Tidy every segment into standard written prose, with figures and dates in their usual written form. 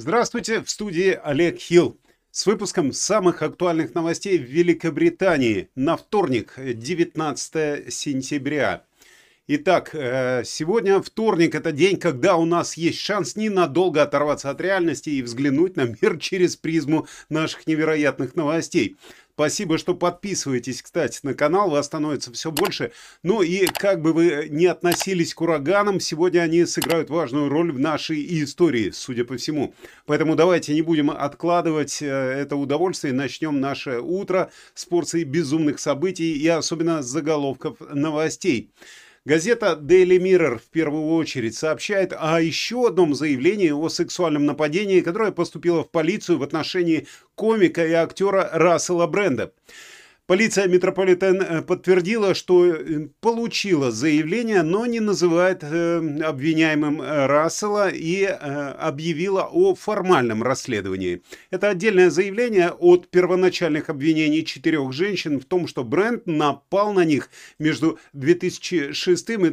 Здравствуйте, в студии Олег Хилл с выпуском самых актуальных новостей в Великобритании на вторник, 19 сентября. Итак, сегодня вторник – это день, когда у нас есть шанс ненадолго оторваться от реальности и взглянуть на мир через призму наших невероятных новостей. Спасибо, что подписываетесь, кстати, на канал, вас становится все больше. Ну и как бы вы ни относились к ураганам, сегодня они сыграют важную роль в нашей истории, судя по всему. Поэтому давайте не будем откладывать это удовольствие, начнем наше утро с порции безумных событий и особенно с заголовков новостей. Газета Daily Mirror в первую очередь сообщает о еще одном заявлении о сексуальном нападении, которое поступило в полицию в отношении комика и актера Рассела Брэнда. Полиция Метрополитен подтвердила, что получила заявление, но не называет обвиняемым Рассела и объявила о формальном расследовании. Это отдельное заявление от первоначальных обвинений 4 женщин в том, что Брэнд напал на них между 2006 и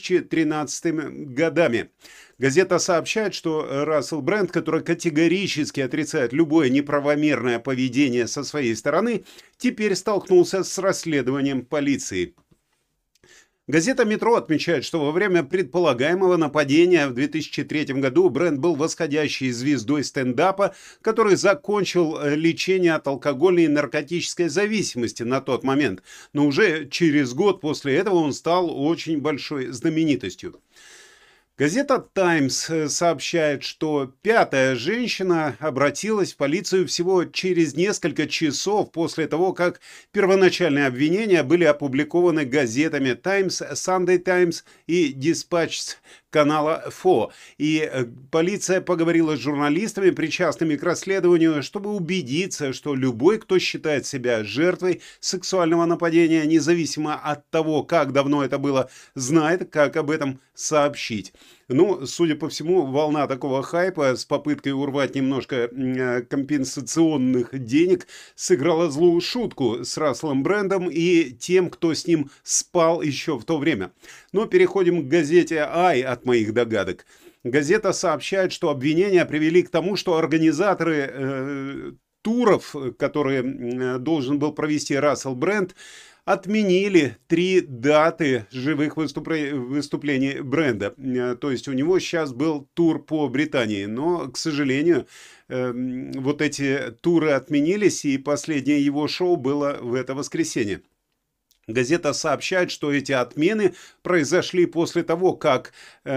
2013 годами. Газета сообщает, что Рассел Брэнд, который категорически отрицает любое неправомерное поведение со своей стороны, теперь столкнулся с расследованием полиции. Газета «Метро» отмечает, что во время предполагаемого нападения в 2003 году Брэнд был восходящей звездой стендапа, который закончил лечение от алкогольной и наркотической зависимости на тот момент. Но уже через год после этого он стал очень большой знаменитостью. Газета «Таймс» сообщает, что 5-я женщина обратилась в полицию всего через несколько часов после того, как первоначальные обвинения были опубликованы газетами «Таймс», «Sunday Times» и «Dispatch» канала ФО. И полиция поговорила с журналистами, причастными к расследованию, чтобы убедиться, что любой, кто считает себя жертвой сексуального нападения, независимо от того, как давно это было, знает, как об этом сообщить. Ну, судя по всему, волна такого хайпа с попыткой урвать немножко компенсационных денег сыграла злую шутку с Расселом Брэндом и тем, кто с ним спал еще в то время. Но переходим к газете «Ай» от моих догадок. Газета сообщает, что обвинения привели к тому, что организаторы туров, которые должен был провести Рассел Брэнд, отменили 3 даты живых выступлений Брэнда. То есть у него сейчас был тур по Британии, но, к сожалению, вот эти туры отменились, и последнее его шоу было в это воскресенье. Газета сообщает, что эти отмены произошли после того, как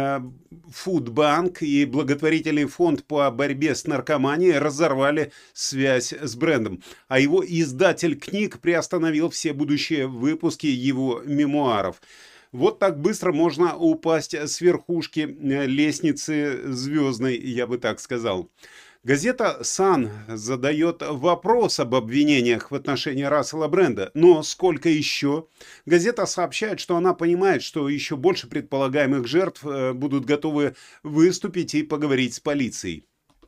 Фудбанк и благотворительный фонд по борьбе с наркоманией разорвали связь с Брэндом, а его издатель книг приостановил все будущие выпуски его мемуаров. Вот так быстро можно упасть с верхушки лестницы звездной, я бы так сказал. Газета «Сан» задает вопрос об обвинениях в отношении Рассела Брэнда. Но сколько еще? Газета сообщает, что она понимает, что еще больше предполагаемых жертв будут готовы выступить и поговорить с полицией.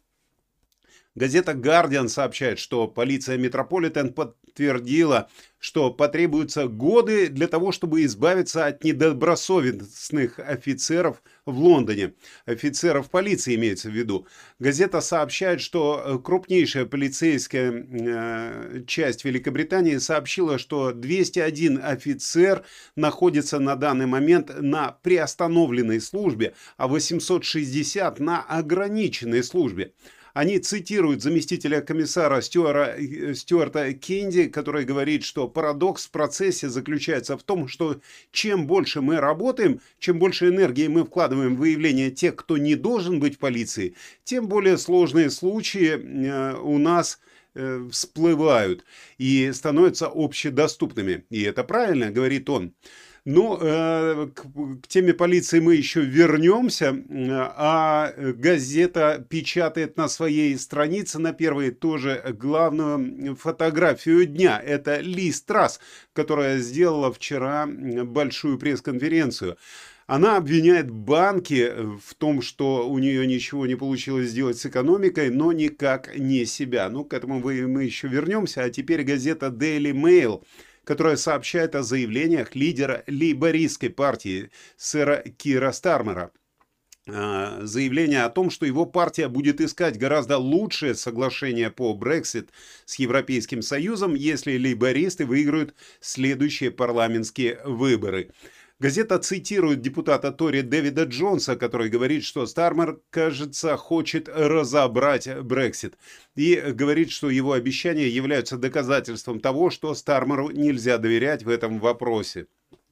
Газета «Гардиан» сообщает, что полиция Метрополитен подтвердила, что потребуются годы для того, чтобы избавиться от недобросовестных офицеров в Лондоне. Офицеров полиции имеется в виду. Газета сообщает, что крупнейшая полицейская часть Великобритании сообщила, что 201 офицер находится на данный момент на приостановленной службе, а 860 на ограниченной службе. Они цитируют заместителя комиссара Стюарта Кенди, который говорит, что парадокс в процессе заключается в том, что чем больше мы работаем, чем больше энергии мы вкладываем в выявление тех, кто не должен быть в полиции, тем более сложные случаи у нас всплывают и становятся общедоступными. И это правильно, говорит он. Ну, к теме полиции мы еще вернемся, а газета печатает на своей странице на первой тоже главную фотографию дня. Это Лиз Трасс, которая сделала вчера большую пресс-конференцию. Она обвиняет банки в том, что у нее ничего не получилось сделать с экономикой, но никак не себя. Ну, к этому мы еще вернемся. А теперь газета Daily Mail, которая сообщает о заявлениях лидера лейбористской партии сэра Кира Стармера. заявление о том, что его партия будет искать гораздо лучшее соглашение по Brexit с Европейским Союзом, если лейбористы выиграют следующие парламентские выборы. Газета цитирует депутата Тори Дэвида Джонса, который говорит, что Стармер, кажется, хочет разобрать Brexit. И говорит, что его обещания являются доказательством того, что Стармеру нельзя доверять в этом вопросе.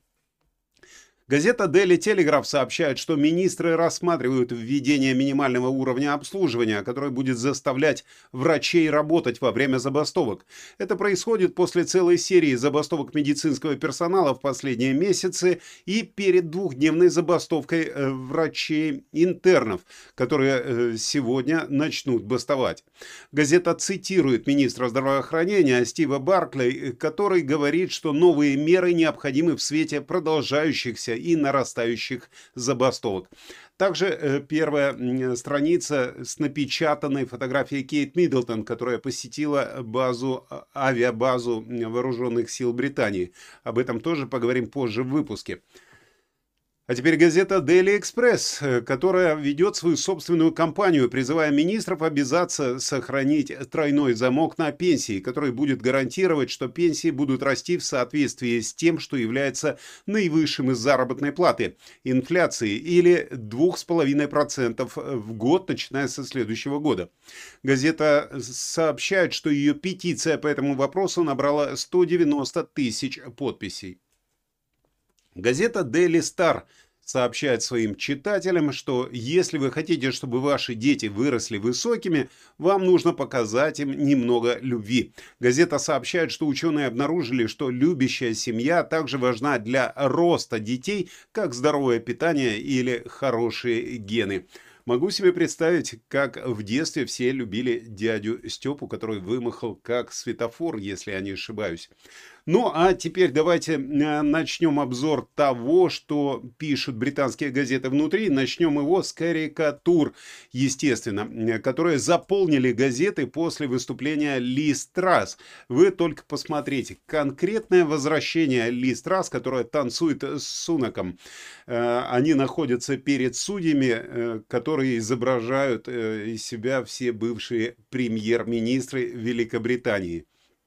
Газета Daily Telegraph сообщает, что министры рассматривают введение минимального уровня обслуживания, который будет заставлять врачей работать во время забастовок. Это происходит после целой серии забастовок медицинского персонала в последние месяцы и перед двухдневной забастовкой врачей-интернов, которые сегодня начнут бастовать. Газета цитирует министра здравоохранения Стива Барклey, который говорит, что новые меры необходимы в свете продолжающихся и нарастающих забастовок. Также первая страница с напечатанной фотографией Кейт Миддлтон, которая посетила авиабазу вооруженных сил Британии. Об этом тоже поговорим позже в выпуске. А теперь газета Daily Express, которая ведет свою собственную кампанию, призывая министров обязаться сохранить тройной замок на пенсии, который будет гарантировать, что пенсии будут расти в соответствии с тем, что является наивысшим из заработной платы, инфляции, или 2,5% в год, начиная со следующего года. Газета сообщает, что ее петиция по этому вопросу набрала 190 тысяч подписей. Газета Daily Star сообщает своим читателям, что если вы хотите, чтобы ваши дети выросли высокими, вам нужно показать им немного любви. Газета сообщает, что ученые обнаружили, что любящая семья также важна для роста детей, как здоровое питание или хорошие гены. Могу себе представить, как в детстве все любили дядю Степу, который вымахал как светофор, если я не ошибаюсь. Ну, а теперь давайте начнем обзор того, что пишут британские газеты внутри. Начнем его с карикатур, естественно, которые заполнили газеты после выступления Лиз Трасс. Вы только посмотрите. Конкретное возвращение Лиз Трасс, которая танцует с Сунаком. Они находятся перед судьями, которые изображают из себя все бывшие премьер-министры Великобритании.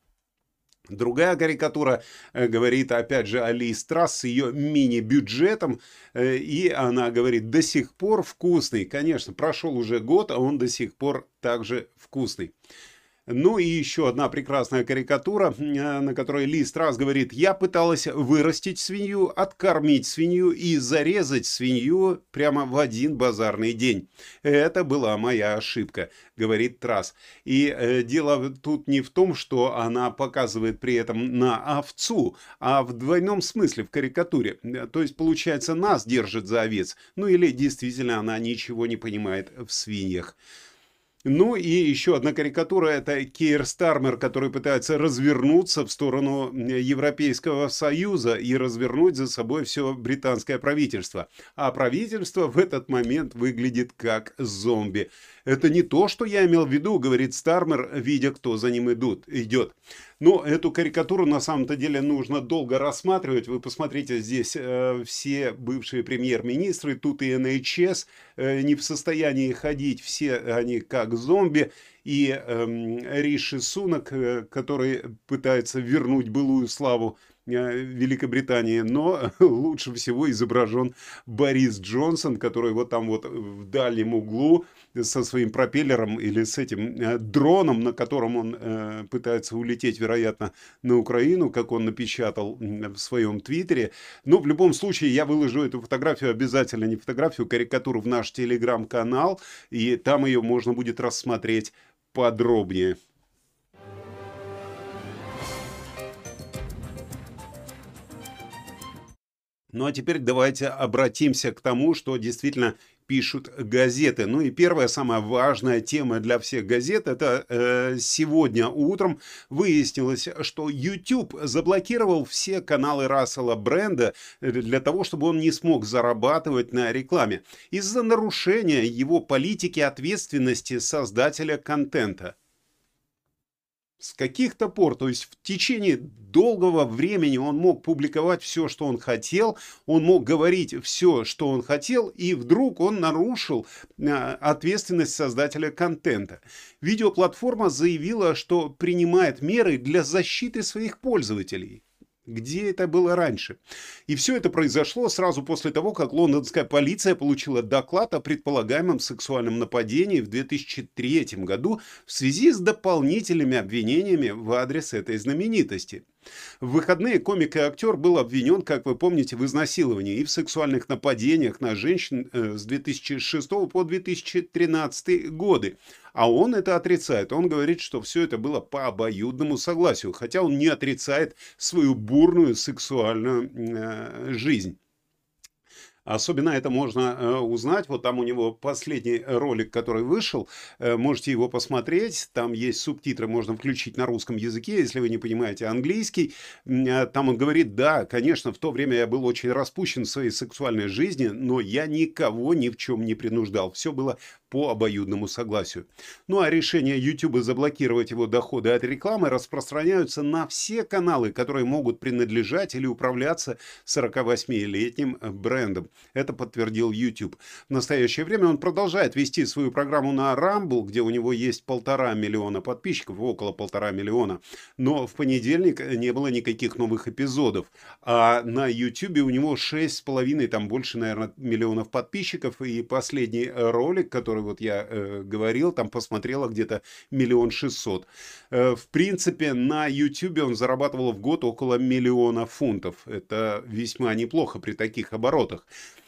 Другая карикатура говорит, опять же, о Лиз Трасс с ее мини-бюджетом, и она говорит, до сих пор вкусный. Конечно, прошел уже год, а он до сих пор также вкусный. Ну и еще одна прекрасная карикатура, на которой Лиз Трасс говорит, я пыталась вырастить свинью, откормить свинью и зарезать свинью прямо в один базарный день. Это была моя ошибка, говорит Трасс. И дело тут не в том, что она показывает при этом на овцу, а в двойном смысле, в карикатуре. То есть, получается, нас держит за овец. Ну или действительно она ничего не понимает в свиньях. Ну и еще одна карикатура, это Кейр Стармер, который пытается развернуться в сторону Европейского Союза и развернуть за собой все британское правительство. А правительство в этот момент выглядит как зомби. Это не то, что я имел в виду, говорит Стармер, видя, кто за ним идет. Но эту карикатуру на самом-то деле нужно долго рассматривать. Вы посмотрите, здесь все бывшие премьер-министры, тут и НХС не в состоянии ходить, все они как зомби. И Риши Сунак, который пытается вернуть былую славу Великобритании, но лучше всего изображен Борис Джонсон, который вот там вот в дальнем углу со своим пропеллером или с этим дроном, на котором он пытается улететь, вероятно, на Украину, как он напечатал в своем твиттере. Но в любом случае я выложу эту фотографию обязательно, не фотографию, карикатуру в наш телеграм-канал, и там ее можно будет рассмотреть подробнее. Ну а теперь давайте обратимся к тому, что действительно пишут газеты. Ну и первая, самая важная тема для всех газет, это сегодня утром выяснилось, что YouTube заблокировал все каналы Рассела Брэнда для того, чтобы он не смог зарабатывать на рекламе из-за нарушения его политики ответственности создателя контента. С каких-то пор, то есть в течение долгого времени он мог публиковать все, что он хотел, он мог говорить все, что он хотел, и вдруг он нарушил ответственность создателя контента. Видеоплатформа заявила, что принимает меры для защиты своих пользователей. Где это было раньше? И все это произошло сразу после того, как лондонская полиция получила доклад о предполагаемом сексуальном нападении в 2003 году в связи с дополнительными обвинениями в адрес этой знаменитости. В выходные комик и актер был обвинен, как вы помните, в изнасиловании и в сексуальных нападениях на женщин с 2006 по 2013 годы. А он это отрицает. Он говорит, что все это было по обоюдному согласию, хотя он не отрицает свою бурную сексуальную жизнь. Особенно это можно узнать. Вот там у него последний ролик, который вышел. Можете его посмотреть. Там есть субтитры, можно включить на русском языке, если вы не понимаете английский. Там он говорит: да, конечно, в то время я был очень распущен в своей сексуальной жизни, но я никого ни в чем не принуждал. Все было по обоюдному согласию. Ну а решение YouTube заблокировать его доходы от рекламы распространяются на все каналы, которые могут принадлежать или управляться 48-летним брендом. Это подтвердил YouTube. В настоящее время он продолжает вести свою программу на Rumble, где у него есть 1,5 миллиона подписчиков, около 1,5 миллиона. Но в понедельник не было никаких новых эпизодов. А на YouTube у него 6,5, там больше, наверное, миллионов подписчиков. И последний ролик, который вот я говорил, там посмотрело где-то 1 600 000. В принципе, на YouTube он зарабатывал в год около 1 миллиона фунтов. Это весьма неплохо при таких оборотах.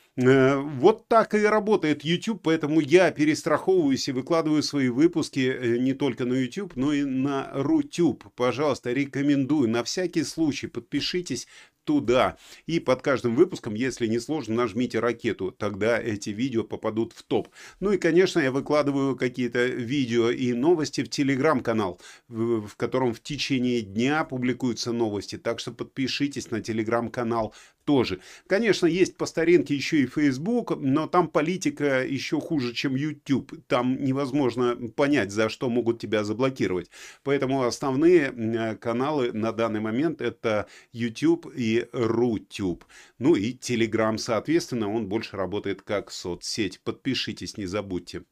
Вот так и работает YouTube, поэтому я перестраховываюсь и выкладываю свои выпуски не только на YouTube, но и на Рутюб. Пожалуйста, рекомендую, на всякий случай подпишитесь туда. И под каждым выпуском, если не сложно, нажмите ракету, тогда эти видео попадут в топ. Ну и, конечно, я выкладываю какие-то видео и новости в Telegram-канал, в котором в течение дня публикуются новости. Так что подпишитесь на Telegram-канал тоже. Конечно, есть по старинке еще и Facebook, но там политика еще хуже, чем YouTube. Там невозможно понять, за что могут тебя заблокировать. Поэтому основные каналы на данный момент это YouTube и Рутюб. Ну и Telegram, соответственно, он больше работает как соцсеть. Подпишитесь, не забудьте.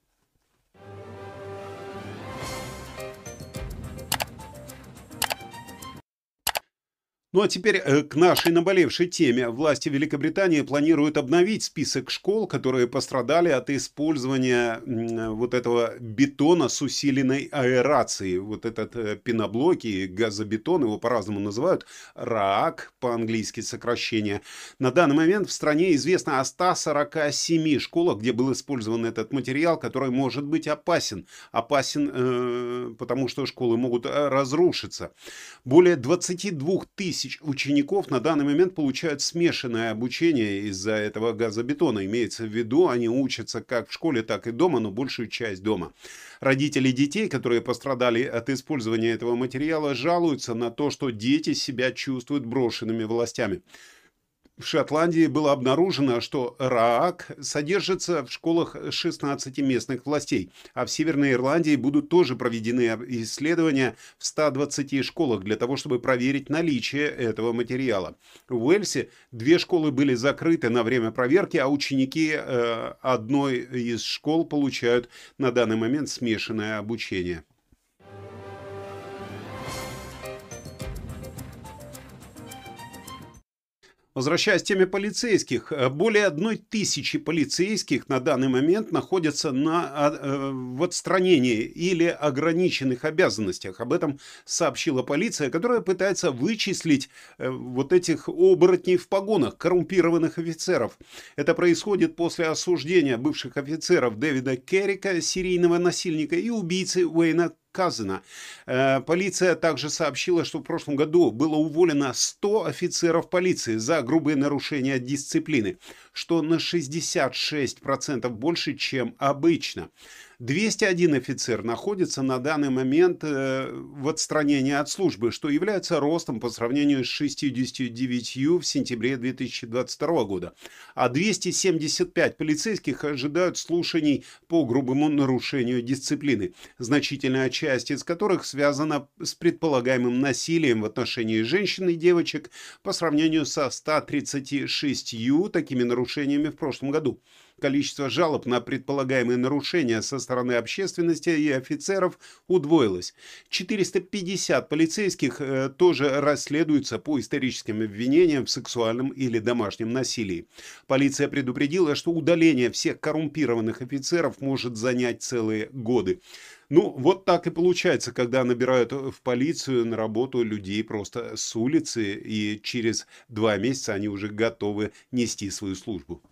Ну а теперь к нашей наболевшей теме. Власти Великобритании планируют обновить список школ, которые пострадали от использования вот этого бетона с усиленной аэрацией. Вот этот пеноблок и газобетон, его по-разному называют, РААК, по-английски сокращение. На данный момент в стране известно о 147 школах, где был использован этот материал, который может быть опасен. Опасен, потому что школы могут разрушиться. Более 22 тысяч учеников на данный момент получают смешанное обучение из-за этого газобетона. Имеется в виду, они учатся как в школе, так и дома, но большую часть дома. Родители детей, которые пострадали от использования этого материала, жалуются на то, что дети себя чувствуют брошенными властями. В Шотландии было обнаружено, что РААК содержится в школах 16 местных властей, а в Северной Ирландии будут тоже проведены исследования в 120 школах для того, чтобы проверить наличие этого материала. В Уэльсе 2 школы были закрыты на время проверки, а ученики одной из школ получают на данный момент смешанное обучение. Возвращаясь к теме полицейских, более 1000 полицейских на данный момент находятся в отстранении или ограниченных обязанностях. Об этом сообщила полиция, которая пытается вычислить вот этих оборотней в погонах, коррумпированных офицеров. Это происходит после осуждения бывших офицеров Дэвида Керрика, серийного насильника, и убийцы Уэйна Казена. Полиция также сообщила, что в прошлом году было уволено 100 офицеров полиции за грубые нарушения дисциплины, что на 66% больше, чем обычно. 201 офицер находится на данный момент в отстранении от службы, что является ростом по сравнению с 69 в сентябре 2022 года. А 275 полицейских ожидают слушаний по грубому нарушению дисциплины, значительная часть из которых связана с предполагаемым насилием в отношении женщин и девочек по сравнению со 136 такими нарушениями в прошлом году. Количество жалоб на предполагаемые нарушения со стороны общественности и офицеров удвоилось. 450 полицейских тоже расследуются по историческим обвинениям в сексуальном или домашнем насилии. Полиция предупредила, что удаление всех коррумпированных офицеров может занять целые годы. Ну, вот так и получается, когда набирают в полицию на работу людей просто с улицы, и через 2 месяца они уже готовы нести свою службу.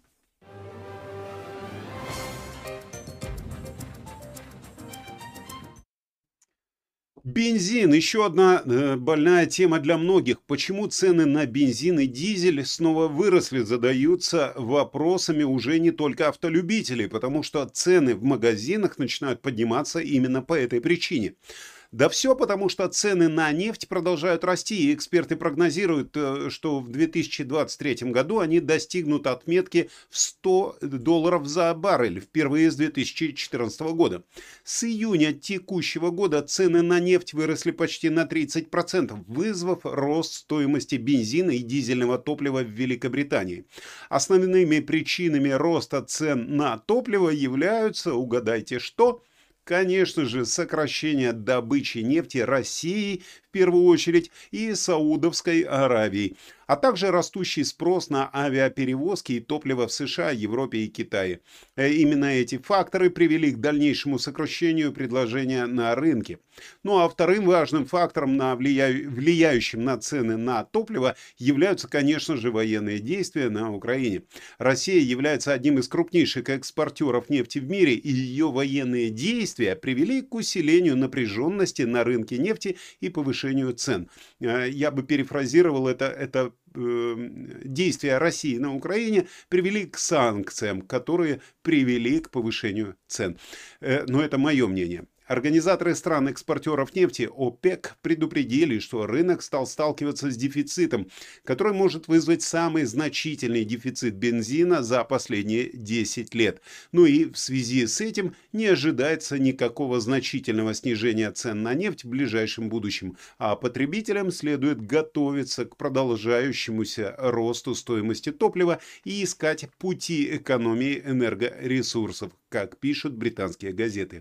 Бензин. Еще одна больная тема для многих. Почему цены на бензин и дизель снова выросли? Задаются вопросами уже не только автолюбители, потому что цены в магазинах начинают подниматься именно по этой причине. Да все потому, что цены на нефть продолжают расти, и эксперты прогнозируют, что в 2023 году они достигнут отметки в $100 за баррель впервые с 2014 года. С июня текущего года цены на нефть выросли почти на 30%, вызвав рост стоимости бензина и дизельного топлива в Великобритании. Основными причинами роста цен на топливо являются, угадайте что? Конечно же, сокращение добычи нефти Россией в первую очередь и Саудовской Аравией, а также растущий спрос на авиаперевозки и топливо в США, Европе и Китае. Именно эти факторы привели к дальнейшему сокращению предложения на рынке. Ну а вторым важным фактором, влияющим на цены на топливо, являются, конечно же, военные действия на Украине. Россия является одним из крупнейших экспортеров нефти в мире, и ее военные действия привели к усилению напряженности на рынке нефти и повышению цен. Я бы перефразировал это действия России на Украине привели к санкциям, которые привели к повышению цен. Но это мое мнение. Организаторы стран-экспортеров нефти ОПЕК предупредили, что рынок стал сталкиваться с дефицитом, который может вызвать самый значительный дефицит бензина за последние 10 лет. Ну и в связи с этим не ожидается никакого значительного снижения цен на нефть в ближайшем будущем, а потребителям следует готовиться к продолжающемуся росту стоимости топлива и искать пути экономии энергоресурсов, как пишут британские газеты.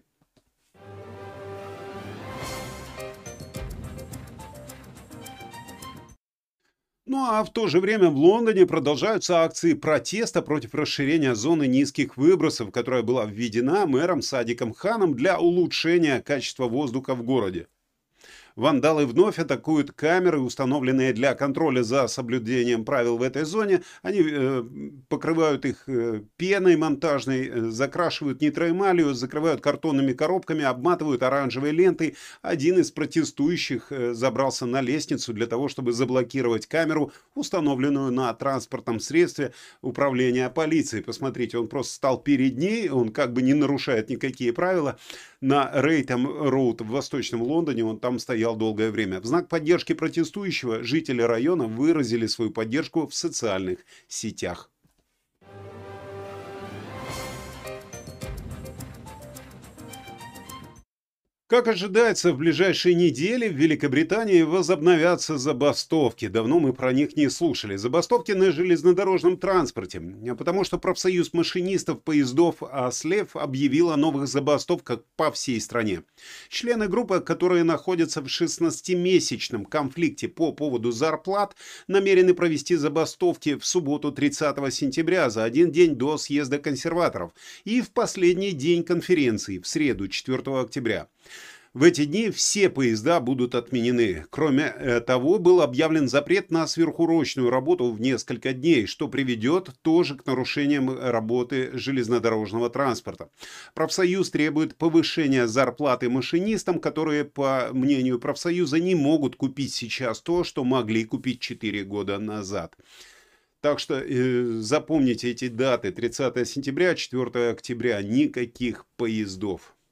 Ну а в то же время в Лондоне продолжаются акции протеста против расширения зоны низких выбросов, которая была введена мэром Садиком Ханом для улучшения качества воздуха в городе. Вандалы вновь атакуют камеры, установленные для контроля за соблюдением правил в этой зоне. Они покрывают их пеной монтажной, закрашивают нитроэмалью, закрывают картонными коробками, обматывают оранжевой лентой. Один из протестующих забрался на лестницу для того, чтобы заблокировать камеру, установленную на транспортном средстве управления полицией. Посмотрите, он просто стал перед ней, он как бы не нарушает никакие правила. На Рейтем-Роуд в Восточном Лондоне он там стоял долгое время. В знак поддержки протестующего жители района выразили свою поддержку в социальных сетях. Как ожидается, в ближайшие недели в Великобритании возобновятся забастовки. Давно мы про них не слушали. Забастовки на железнодорожном транспорте. Потому что профсоюз машинистов поездов АСЛЕФ объявил о новых забастовках по всей стране. Члены группы, которые находятся в 16-месячном конфликте по поводу зарплат, намерены провести забастовки в субботу 30 сентября, за один день до съезда консерваторов, и в последний день конференции, в среду 4 октября. В эти дни все поезда будут отменены. Кроме того, был объявлен запрет на сверхурочную работу в несколько дней, что приведет тоже к нарушениям работы железнодорожного транспорта. Профсоюз требует повышения зарплаты машинистам, которые, по мнению профсоюза, не могут купить сейчас то, что могли купить 4 года назад. Так что запомните эти даты: 30 сентября, 4 октября, никаких поездов.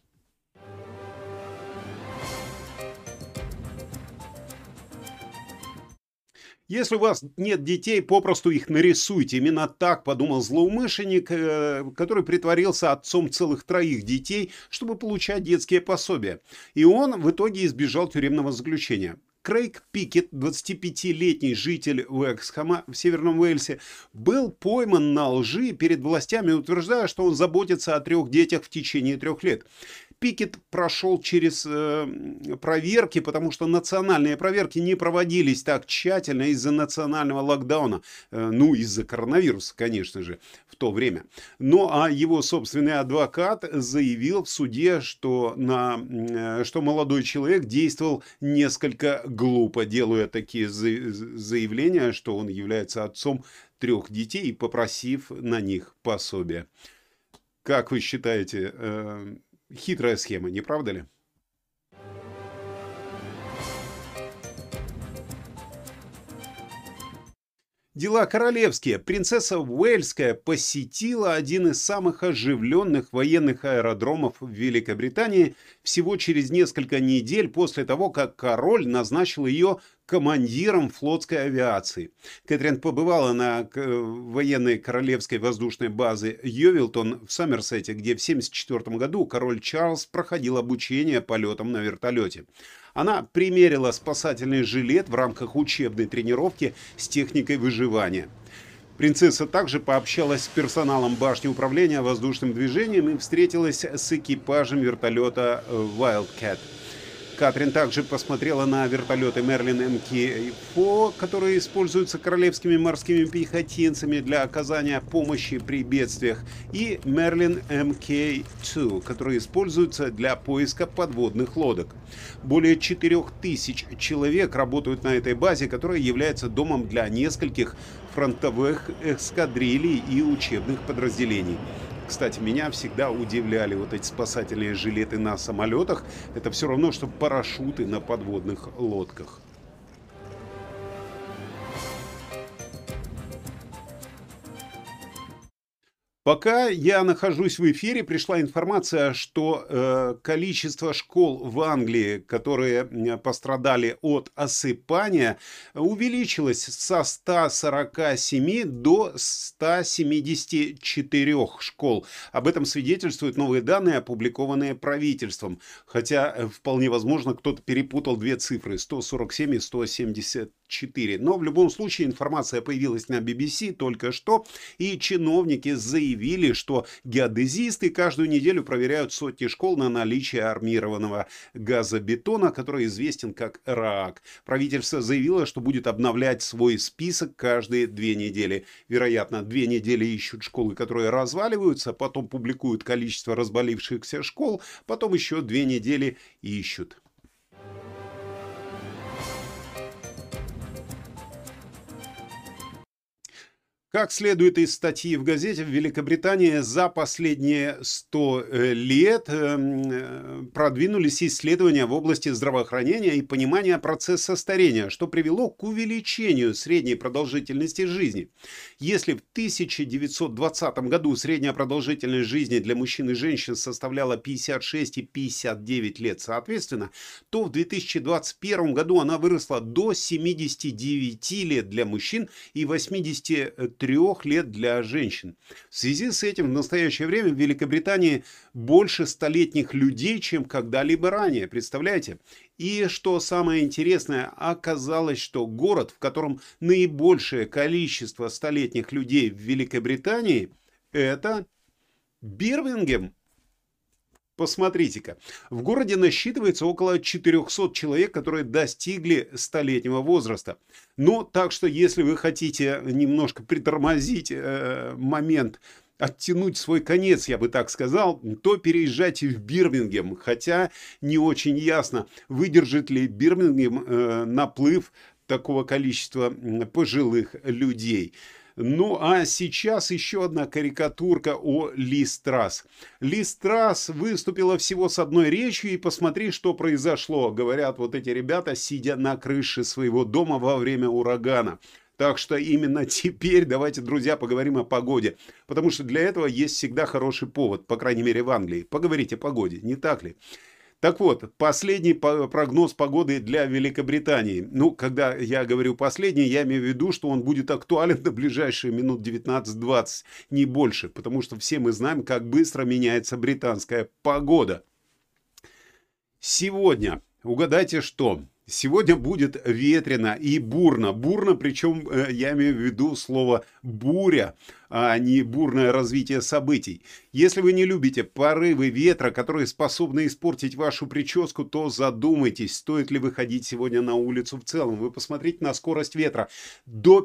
Если у вас нет детей, попросту их нарисуйте. Именно так подумал злоумышленник, который притворился отцом целых 3 детей, чтобы получать детские пособия. И он в итоге избежал тюремного заключения. Крейг Пикет, 25-летний житель Уэксхэма в Северном Уэльсе, был пойман на лжи перед властями, утверждая, что он заботится о 3 детях в течение 3 лет. Пикет прошел через проверки, потому что национальные проверки не проводились так тщательно из-за национального локдауна. Ну, из-за коронавируса, конечно же, в то время. Ну, а его собственный адвокат заявил в суде, что молодой человек действовал несколько глупо, делая такие заявления, что он является отцом 3 детей, и попросив на них пособие. Как вы считаете, хитрая схема, не правда ли? Дела королевские. Принцесса Уэльская посетила один из самых оживленных военных аэродромов в Великобритании всего через несколько недель после того, как король назначил ее командиром флотской авиации. Кэтрин побывала на военной королевской воздушной базе Йовилтон в Сомерсете, где в 1974 году король Чарльз проходил обучение полетам на вертолете. Она примерила спасательный жилет в рамках учебной тренировки с техникой выживания. Принцесса также пообщалась с персоналом башни управления воздушным движением и встретилась с экипажем вертолета Wildcat. Кэтрин также посмотрела на вертолеты Merlin Mk-4, которые используются королевскими морскими пехотинцами для оказания помощи при бедствиях, и Merlin Mk-2, которые используются для поиска подводных лодок. Более 4000 человек работают на этой базе, которая является домом для нескольких фронтовых эскадрилей и учебных подразделений. Кстати, меня всегда удивляли вот эти спасательные жилеты на самолетах. Это все равно, что парашюты на подводных лодках. Пока я нахожусь в эфире, пришла информация, что количество школ в Англии, которые пострадали от осыпания, увеличилось со 147 до 174 школ. Об этом свидетельствуют новые данные, опубликованные правительством. Хотя вполне возможно, кто-то перепутал 2 цифры, 147 и 174. Но в любом случае информация появилась на BBC только что, и чиновники заявили, что геодезисты каждую неделю проверяют сотни школ на наличие армированного газобетона, который известен как РААК. Правительство заявило, что будет обновлять свой список каждые 2 недели. Вероятно, 2 недели ищут школы, которые разваливаются, потом публикуют количество разболившихся школ, потом еще 2 недели ищут. Как следует из статьи в газете, в Великобритании за последние 100 лет продвинулись исследования в области здравоохранения и понимания процесса старения, что привело к увеличению средней продолжительности жизни. Если в 1920 году средняя продолжительность жизни для мужчин и женщин составляла 56 и 59 лет соответственно, то в 2021 году она выросла до 79 лет для мужчин и 83 лет для женщин. В связи с этим в настоящее время в Великобритании больше столетних людей, чем когда-либо ранее. Представляете? И что самое интересное, оказалось, что город, в котором наибольшее количество столетних людей в Великобритании, это Бирмингем. Посмотрите-ка, в городе насчитывается около 400 человек, которые достигли 100-летнего возраста. Но так что, если вы хотите немножко притормозить момент, оттянуть свой конец, я бы так сказал, то переезжайте в Бирмингем. Хотя не очень ясно, выдержит ли Бирмингем наплыв такого количества пожилых людей. Ну а сейчас еще одна карикатурка о Лиз Трасс. Лиз Трасс выступила всего с одной речью, и посмотри, что произошло. Говорят вот эти ребята, сидя на крыше своего дома во время урагана. Так что именно теперь давайте, друзья, поговорим о погоде. Потому что для этого есть всегда хороший повод, по крайней мере в Англии. Поговорить о погоде, не так ли? Так вот, последний прогноз погоды для Великобритании. Ну, когда я говорю последний, я имею в виду, что он будет актуален на ближайшие минут 19-20, не больше, потому что все мы знаем, как быстро меняется британская погода. Сегодня, угадайте что? Сегодня будет ветрено и бурно. Бурно, причем я имею в виду слово буря, а не бурное развитие событий. Если вы не любите порывы ветра, которые способны испортить вашу прическу, то задумайтесь, стоит ли выходить сегодня на улицу в целом. Вы посмотрите на скорость ветра. До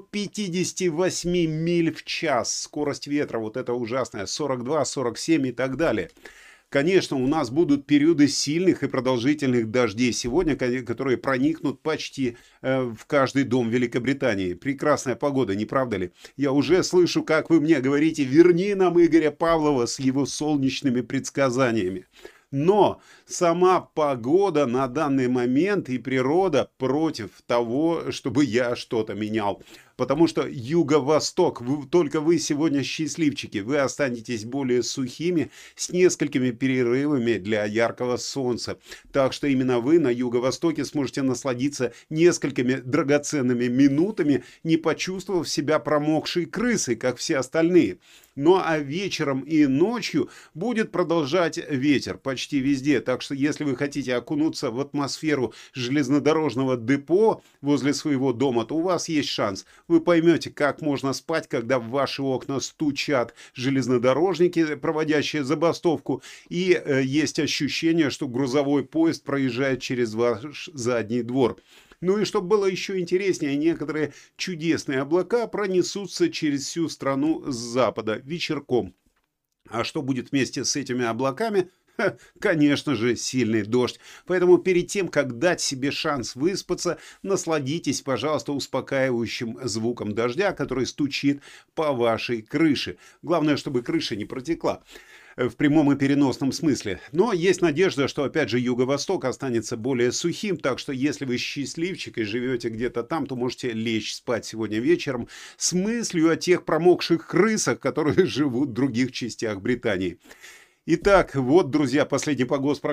58 миль в час скорость ветра. Вот это ужасная. 42, 47 и так далее. Конечно, у нас будут периоды сильных и продолжительных дождей сегодня, которые проникнут почти в каждый дом Великобритании. Прекрасная погода, не правда ли? Я уже слышу, как вы мне говорите: верни нам Игоря Павлова с его солнечными предсказаниями. Но сама погода на данный момент и природа против того, чтобы я что-то менял. Потому что юго-восток, только вы сегодня счастливчики, вы останетесь более сухими, с несколькими перерывами для яркого солнца. Так что именно вы на юго-востоке сможете насладиться несколькими драгоценными минутами, не почувствовав себя промокшей крысой, как все остальные. Ну а вечером и ночью будет продолжать ветер почти везде. Так что если вы хотите окунуться в атмосферу железнодорожного депо возле своего дома, то у вас есть шанс. Вы поймете, как можно спать, когда в ваши окна стучат железнодорожники, проводящие забастовку, и есть ощущение, что грузовой поезд проезжает через ваш задний двор. Ну и чтобы было еще интереснее, некоторые чудесные облака пронесутся через всю страну с запада вечерком. А что будет вместе с этими облаками? Конечно же, сильный дождь. Поэтому перед тем, как дать себе шанс выспаться, насладитесь, пожалуйста, успокаивающим звуком дождя, который стучит по вашей крыше. Главное, чтобы крыша не протекла в прямом и переносном смысле. Но есть надежда, что опять же юго-восток останется более сухим, так что если вы счастливчик и живете где-то там, то можете лечь спать сегодня вечером с мыслью о тех промокших крысах, которые живут в других частях Британии. Итак, вот, друзья, последний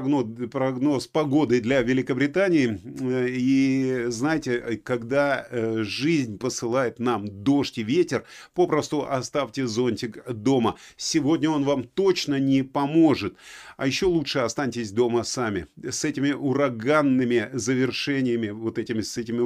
прогноз погоды для Великобритании. И знаете, когда жизнь посылает нам дождь и ветер, попросту оставьте зонтик дома. Сегодня он вам точно не поможет. А еще лучше останьтесь дома сами. С этими ураганными завершениями, с этими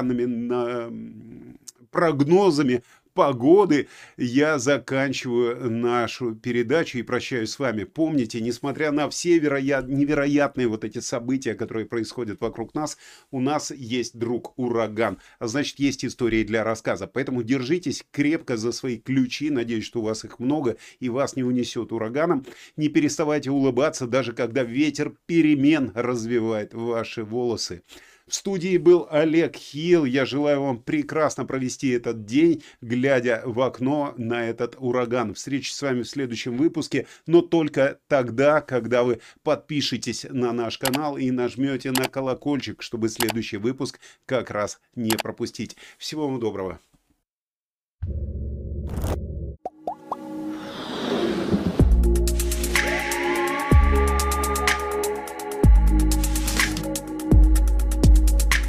ураганными прогнозами погоды я заканчиваю нашу передачу и прощаюсь с вами. Помните, несмотря на все невероятные эти события, которые происходят вокруг нас, у нас есть друг ураган, а значит, есть истории для рассказа. Поэтому держитесь крепко за свои ключи, надеюсь, что у вас их много и вас не унесет ураганом. Не переставайте улыбаться, даже когда ветер перемен развивает ваши волосы. В студии был Олег Хилл. Я желаю вам прекрасно провести этот день, глядя в окно на этот ураган. Встречи с вами в следующем выпуске, но только тогда, когда вы подпишетесь на наш канал и нажмете на колокольчик, чтобы следующий выпуск как раз не пропустить. Всего вам доброго.